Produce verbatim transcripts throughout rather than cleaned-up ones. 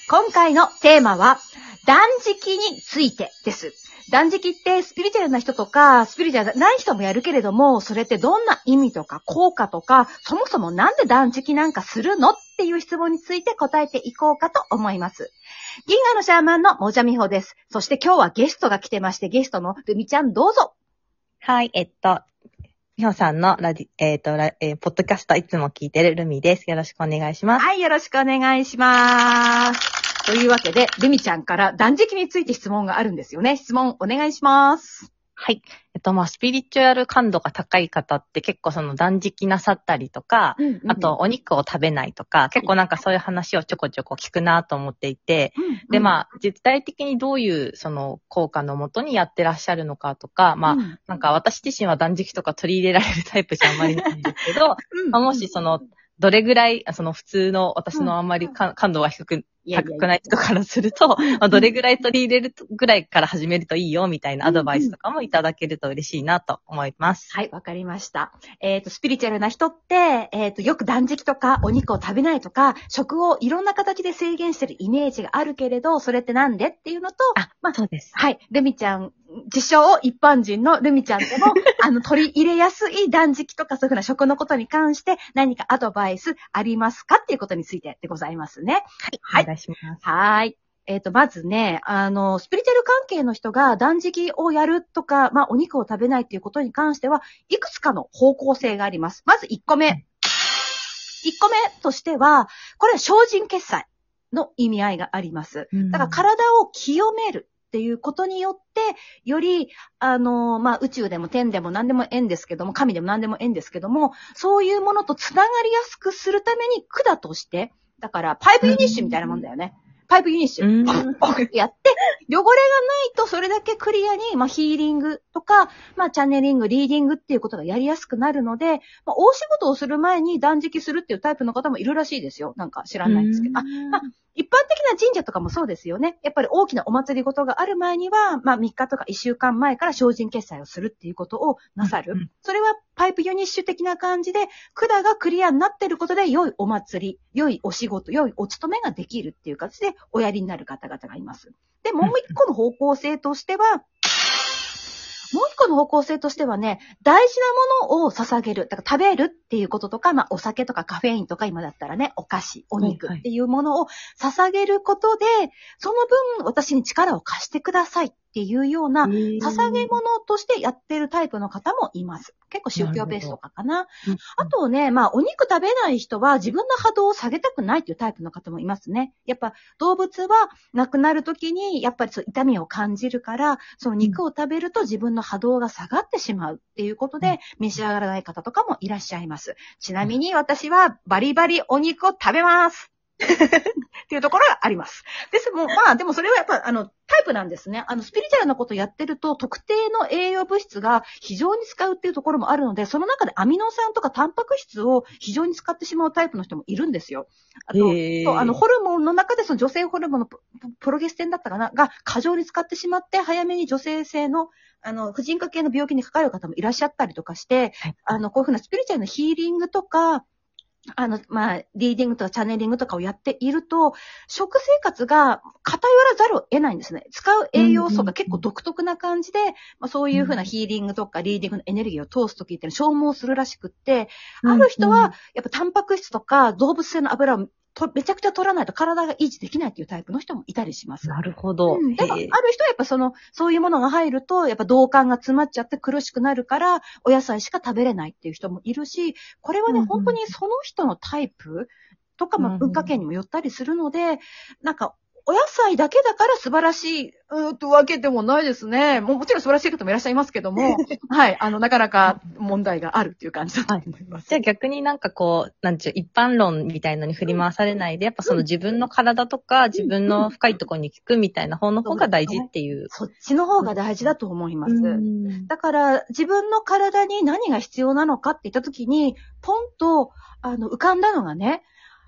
今回のテーマは、断食についてです。断食ってスピリチュアルな人とか、スピリチュアルない人もやるけれども、それってどんな意味とか効果とか、そもそもなんで断食なんかするのっていう質問について答えていこうかと思います。銀河のシャーマンのもじゃみほです。そして今日はゲストが来てまして、ゲストのルミちゃんどうぞ。 はい、えっと、みほさんのラディ、えっと、ラえー、ポッドキャストいつも聞いてるルミです。よろしくお願いします。 はい、よろしくお願いします。というわけで、ルミちゃんから断食について質問があるんですよね。質問お願いします。 はい。えっと、まあ、スピリチュアル感度が高い方って結構その断食なさったりとか、うんうん、あとお肉を食べないとか、結構なんかそういう話をちょこちょこ聞くなと思っていて、うんうん、で、まあ、実体的にどういうその効果のもとにやってらっしゃるのかとか、まあ、うん、なんか私自身は断食とか取り入れられるタイプじゃあんまりないんですけど、うん、まあ、もしその、どれぐらい、その普通の私のあんまり感度が低く、高くない人からすると、まあ、どれぐらい取り入れるぐらいから始めるといいよみたいなアドバイスとかもいただけると嬉しいなと思います。 はい、わかりました。えっと、スピリチュアルな人って、えっと、よく断食とかお肉を食べないとか、食をいろんな形で制限してるイメージがあるけれど、それってなんでっていうのと、 あ、まあ、そうです。 はい、ルミちゃん、自称一般人のルミちゃんでも、あの、取り入れやすい断食とかそういうふうな食のことに関して何かアドバイスありますかっていうことについてでございますね。 はい、お願いします。 はい。えっと、まずね、あの、スピリチュアル関係の人が断食をやるとか、まあ、お肉を食べないっていうことに関しては、いくつかの方向性があります。まずいっこめ。いっこめとしては、これは精進潔斎の意味合いがあります。だから体を清めるっていうことによって、より、あの、まあ、宇宙でも天でも何でも縁ですけども、神でも何でも縁ですけども、そういうものとつながりやすくするために管として、だからパイプユニッシュみたいなもんだよね。パイプユニッシュ。やって、汚れがないとそれだけクリアに、まあ、ヒーリングとか、まあ、チャネリング、リーディングっていうことがやりやすくなるので、まあ、大仕事をする前に断食するっていうタイプの方もいるらしいですよ。なんか知らないんですけど。あ、まあ、一般的な神社とかもそうですよね。やっぱり大きなお祭りごとがある前には、まあ、みっかとかいっしゅうかんまえから精進潔斎をするっていうことをなさる。うん、それはパイプユニッシュ的な感じで、管がクリアになっていることで、良いお祭り、良いお仕事、良いお勤めができるっていう形でおやりになる方々がいます。で、もう一個の方向性としては、もう一個の方向性としてはね、大事なものを捧げる。だから食べるっていうこととか、まあお酒とかカフェインとか今だったらね、お菓子、お肉っていうものを捧げることで、はいはい、その分私に力を貸してくださいっていうような捧げ物としてやってるタイプの方もいます。結構宗教ベースとかかな。なあとね、まあお肉食べない人は自分の波動を下げたくないっていうタイプの方もいますね。やっぱ動物は亡くなるときにやっぱりそう痛みを感じるから、その肉を食べると自分の波動が下がってしまうっていうことで召し上がらない方とかもいらっしゃいます。ちなみに私はバリバリお肉を食べます。っていうところがあります。ですも、まあでもそれはやっぱあのタイプなんですね。あのスピリチュアルなことをやってると特定の栄養物質が非常に使うっていうところもあるので、その中でアミノ酸とかタンパク質を非常に使ってしまうタイプの人もいるんですよ。あと、あのホルモンの中でその女性ホルモンのプロゲステンだったかなが過剰に使ってしまって早めに女性性のあの婦人科系の病気にかかる方もいらっしゃったりとかして、はい、あのこういうふうなスピリチュアルなヒーリングとかあの、まあ、リーディングとかチャネリングとかをやっていると、食生活が偏らざるを得ないんですね。使う栄養素が結構独特な感じで、まあ、そういうふうなヒーリングとかリーディングのエネルギーを通すときって消耗するらしくって、ある人は、やっぱタンパク質とか動物性の油をとめちゃくちゃ取らないと体が維持できないっていうタイプの人もいたりします。 なるほど。うん、 でも、ある人はやっぱその、そういうものが入ると、やっぱ動感が詰まっちゃって苦しくなるから、お野菜しか食べれないっていう人もいるし、これはね、うんうん、本当にその人のタイプとか、まあ、文化圏にもよったりするので、なんか、お野菜だけだから素晴らしい、うーとわけでもないですね。もうもちろん素晴らしい方もいらっしゃいますけども、はい、あの、なかなか問題があるっていう感じだと思います。はい、 じゃあ逆になんかこう、なんちゅう、一般論みたいのに振り回されないで、やっぱその自分の体とか、自分の深いところに効くみたいな方の方が大事っていう。 そっちの方が大事だと思います。だから、自分の体に何が必要なのかって言ったときに、ポンと、あの、浮かんだのがね、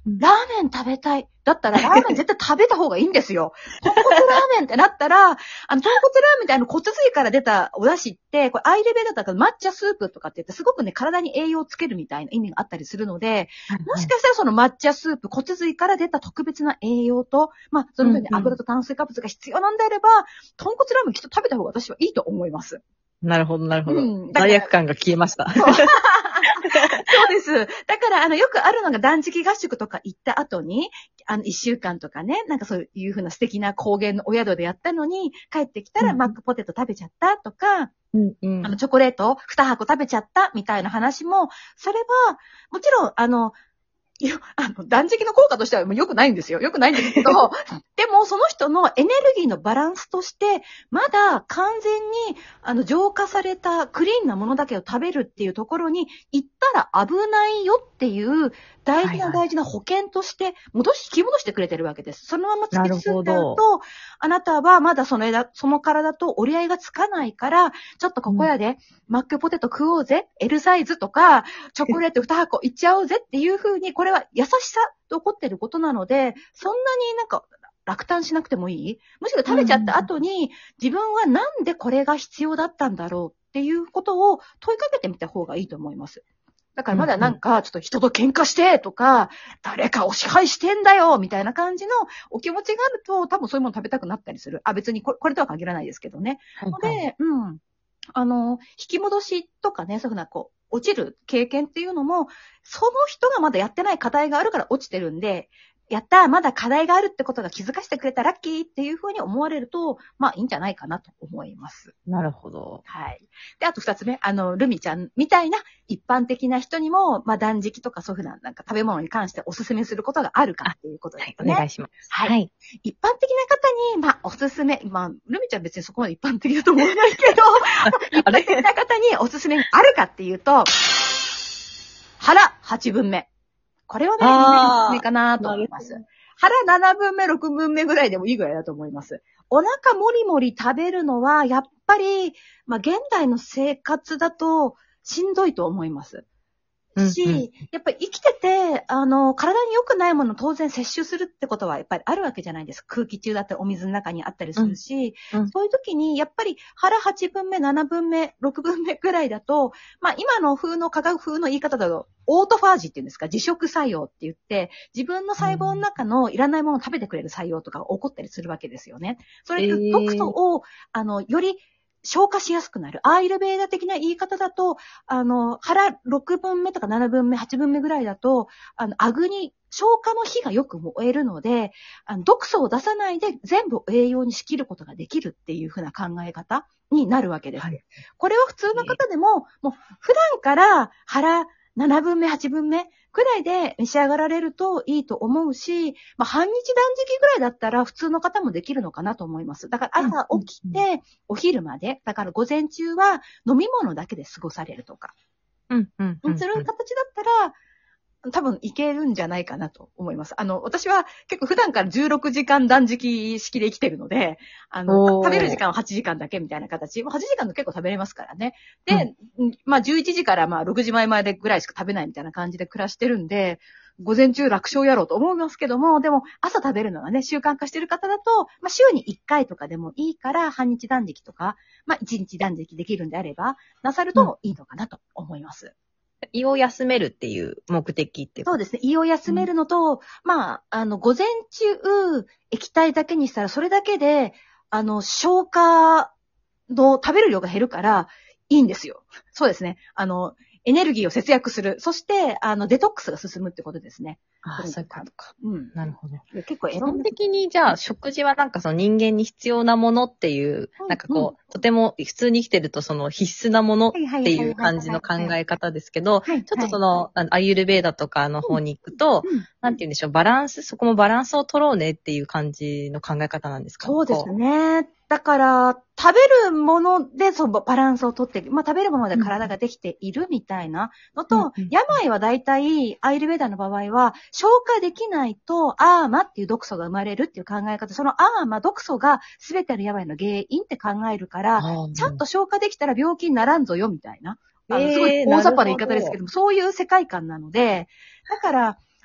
ラーメン食べたい。だったら、ラーメン絶対食べた方がいいんですよ。豚骨ラーメンってなったら、あの、豚骨ラーメンってあの骨髄から出たお出汁って、これアイルベーダだから抹茶スープとかって言って、すごくね、体に栄養をつけるみたいな意味があったりするので、もしかしたらその抹茶スープ、骨髄から出た特別な栄養と、まあ、その分に油と炭水化物が必要なんであれば、豚骨ラーメンきっと食べた方が私はいいと思います。 なるほど、なるほど。うん、罪悪感が消えました。 そうです。だから、あの、よくあるのが断食合宿とか行った後に、あの、一週間とかね、なんかそういうふうな素敵な高原のお宿でやったのに、帰ってきたらマックポテト食べちゃったとか、うんうん、あの、チョコレートに箱食べちゃったみたいな話も、それは、もちろん、あの、いや、あの、断食の効果としてはもう良くないんですよ。良くないんですけど、でもその人のエネルギーのバランスとして、まだ完全に、あの、浄化されたクリーンなものだけを食べるっていうところに行ったら危ないよっていう大事な大事な保険として戻し、引き戻してくれてるわけです。そのまま突き進んじゃうと、あなたはまだその枝、その体と折り合いがつかないから、ちょっとここやで、うん、マックポテト食おうぜ、L サイズとか、チョコレートに箱いっちゃおうぜっていう風に、これは優しさと起こってることなので、そんなになんか落胆しなくてもいい？むしろ食べちゃった後に、自分はなんでこれが必要だったんだろうっていうことを問いかけてみた方がいいと思います。だからまだなんか、ちょっと人と喧嘩してとか、誰かを支配してんだよみたいな感じのお気持ちがあると、多分そういうもの食べたくなったりする。あ、別にこれ、これとは限らないですけどね。はいはい、ので、うん。あの、引き戻しとかね、そういうふうな、こう、落ちる経験っていうのも、その人がまだやってない課題があるから落ちてるんで、やったー、まだ課題があるってことが気づかせてくれたラッキーっていうふうに思われると、まあいいんじゃないかなと思います。 なるほど。 はい。で、あと二つ目、あの、ルミちゃんみたいな一般的な人にも、まあ断食とかそういうふうな、なんか食べ物に関しておすすめすることがあるかっていうことですね。 はい、お願いします。 はい。はい、一般的な方に、まあおすすめ、まあ、ルミちゃん別にそこまで一般的だと思わないけど、一般的な方におすすめあるかっていうと、腹はちぶんめ。これはね、おすすめかなと思います。腹ななぶんめ、ろくぶんめぐらいでもいいぐらいだと思います。お腹もりもり食べるのは、やっぱり、まあ、現代の生活だとしんどいと思います。し、うんうん、やっぱり生きてて、あの、体に良くないものを当然摂取するってことはやっぱりあるわけじゃないですか。空気中だったりお水の中にあったりするし、うんうん、そういう時にやっぱり腹はちぶんめ、ななぶんめ、ろくぶんめぐらいだと、まあ今の風の科学風の言い方だと、オートファージっていうんですか、自食作用って言って、自分の細胞の中のいらないものを食べてくれる作用とかが起こったりするわけですよね。それで毒素を、えー、あの、より消化しやすくなる。アーユルベーダ的な言い方だと、あの、腹ろくぶんめとかななぶんめ、はちぶんめぐらいだと、あの、アグに消化の火がよく燃えるので、あの、毒素を出さないで全部栄養に仕切ることができるっていう風な考え方になるわけです。はい、これは普通の方でも、もう普段から腹ななぶんめ、はちぶんめくらいで召し上がられるといいと思うし、まあ、半日断食ぐらいだったら普通の方もできるのかなと思います。だから朝起きてお昼まで、だから午前中は飲み物だけで過ごされるとか。 うんうんうんうん、 そういう形だったら、多分いけるんじゃないかなと思います。あの、私は結構普段からじゅうろくじかん断食式で生きてるので、あの、食べる時間ははちじかんだけみたいな形。はちじかんで結構食べれますからね。で、うん、まあじゅういちじからまあろくじまえまでぐらいしか食べないみたいな感じで暮らしてるんで、午前中楽勝やろうと思いますけども、でも朝食べるのがね、習慣化してる方だと、まあ週にいっかいとかでもいいから、半日断食とか、まあいちにち断食できるんであれば、なさるといいのかなと思います。うん、 胃を休めるっていう目的ってそうですね。胃を休めるのと、うん、まあ、あの、午前中、液体だけにしたら、それだけで、あの、消化の食べる量が減るから、いいんですよ。そうですね。あの、エネルギーを節約する。そして、あの、デトックスが進むってことですね。 ああ、そういうことか。 うん。 なるほど。 結構基本的にじゃあ、食事はなんかその人間に必要なものっていう、うん、なんかこう、うん、とても普通に生きてるとその必須なものっていう感じの考え方ですけど、ちょっとその、アユルベーダとかの方に行くと、うんうん、なんて言うんでしょう、バランス、そこもバランスを取ろうねっていう感じの考え方なんですか？ そうですね。だから、食べるもので、そう、バランスをとって、まあ、食べるもので体ができているみたいなのと、うん、病は大体、アイルベーダの場合は、消化できないと、アーマっていう毒素が生まれるっていう考え方、そのアーマ、毒素が全ての病の原因って考えるから、ちゃんと消化できたら病気にならんぞよ、みたいな。あの、すごい大雑把な言い方ですけども、そういう世界観なので、だから、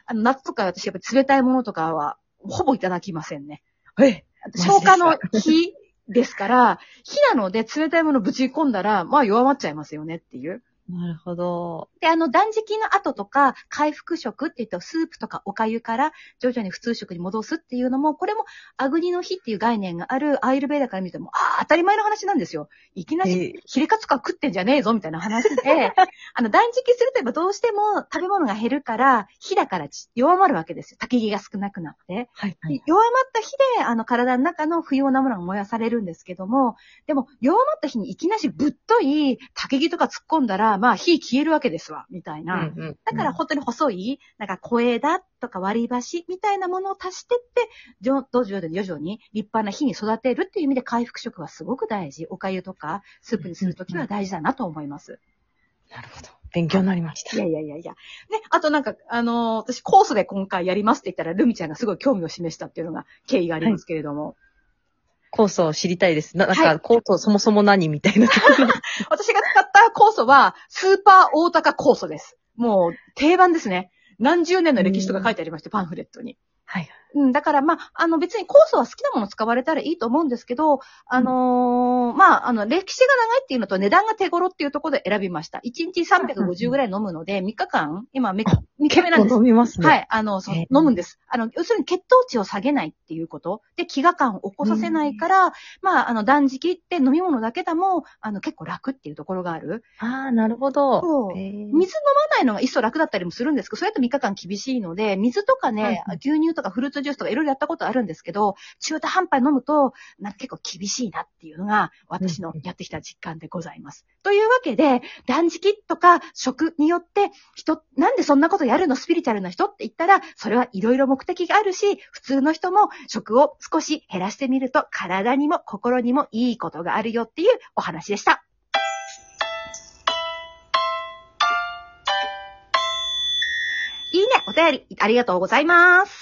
あの、夏とか私やっぱり冷たいものとかは、ほぼいただきませんね。 え消化の火ですから、火なので冷たいものぶち込んだら、まあ弱まっちゃいますよねっていう。 なるほど。 で、あの、断食の後とか、回復食って言ったスープとかお粥から徐々に普通食に戻すっていうのも、これもアグニの日っていう概念があるアイルベーダから見ても、ああ、当たり前の話なんですよ。いきなりヒレカツか食ってんじゃねえぞみたいな話で、あの、断食するとやっぱどうしても食べ物が減るから、火だから弱まるわけですよ。焚き火が少なくなって。 はいはい、 弱まった火で、あの、体の中の不要なものが燃やされるんですけども、でも、弱まった火にいきなりぶっとい焚き火とか突っ込んだら、まあ、火消えるわけですわ、みたいな。うんうんうん、だから本当に細い、なんか小枝とか割り箸みたいなものを足してって、徐々に徐々に立派な火に育てるっていう意味で回復食はすごく大事。お粥とかスープにするときは大事だなと思います。 なるほど。勉強になりました。 いやいやいやいや。ね、あとなんか、あのー、私コースで今回やりますって言ったら、ルミちゃんがすごい興味を示したっていうのが経緯がありますけれども。はい、 酵素を知りたいです。な、なんか、酵素そもそも何みたいな。 私が使った酵素は、スーパー大高酵素です。もう、定番ですね。何十年の歴史とか書いてありまして、パンフレットに。はい。うん、だから、まあ、あの、別に酵素は好きなもの使われたらいいと思うんですけど、あのー、まあ、あの、歴史が長いっていうのと値段が手頃っていうところで選びました。いちにちさんびゃくごじゅうぐらい飲むので、みっかかん、今、みっかめなんです。 飲みますね。 はい、あの、そう、飲むんです。あの、要するに血糖値を下げないっていうこと。で、飢餓感を起こさせないから、まあ、あの、断食って飲み物だけでも、あの、結構楽っていうところがある。 ああ、なるほど。 そう。水飲まないのがいっそ楽だったりもするんですけど、それとみっかかん厳しいので、水とかね、はい、牛乳とかフルーツジュースとかいろいろやったことあるんですけど、中途半端に飲むと、なんか結構厳しいなっていうのが、私のやってきた実感でございます。うん、というわけで、断食とか食によって、人、なんでそんなことやるのスピリチュアルな人って言ったら、それはいろいろ目的があるし、普通の人も食を少し減らしてみると、体にも心にもいいことがあるよっていうお話でした。いいね、お便りありがとうございます。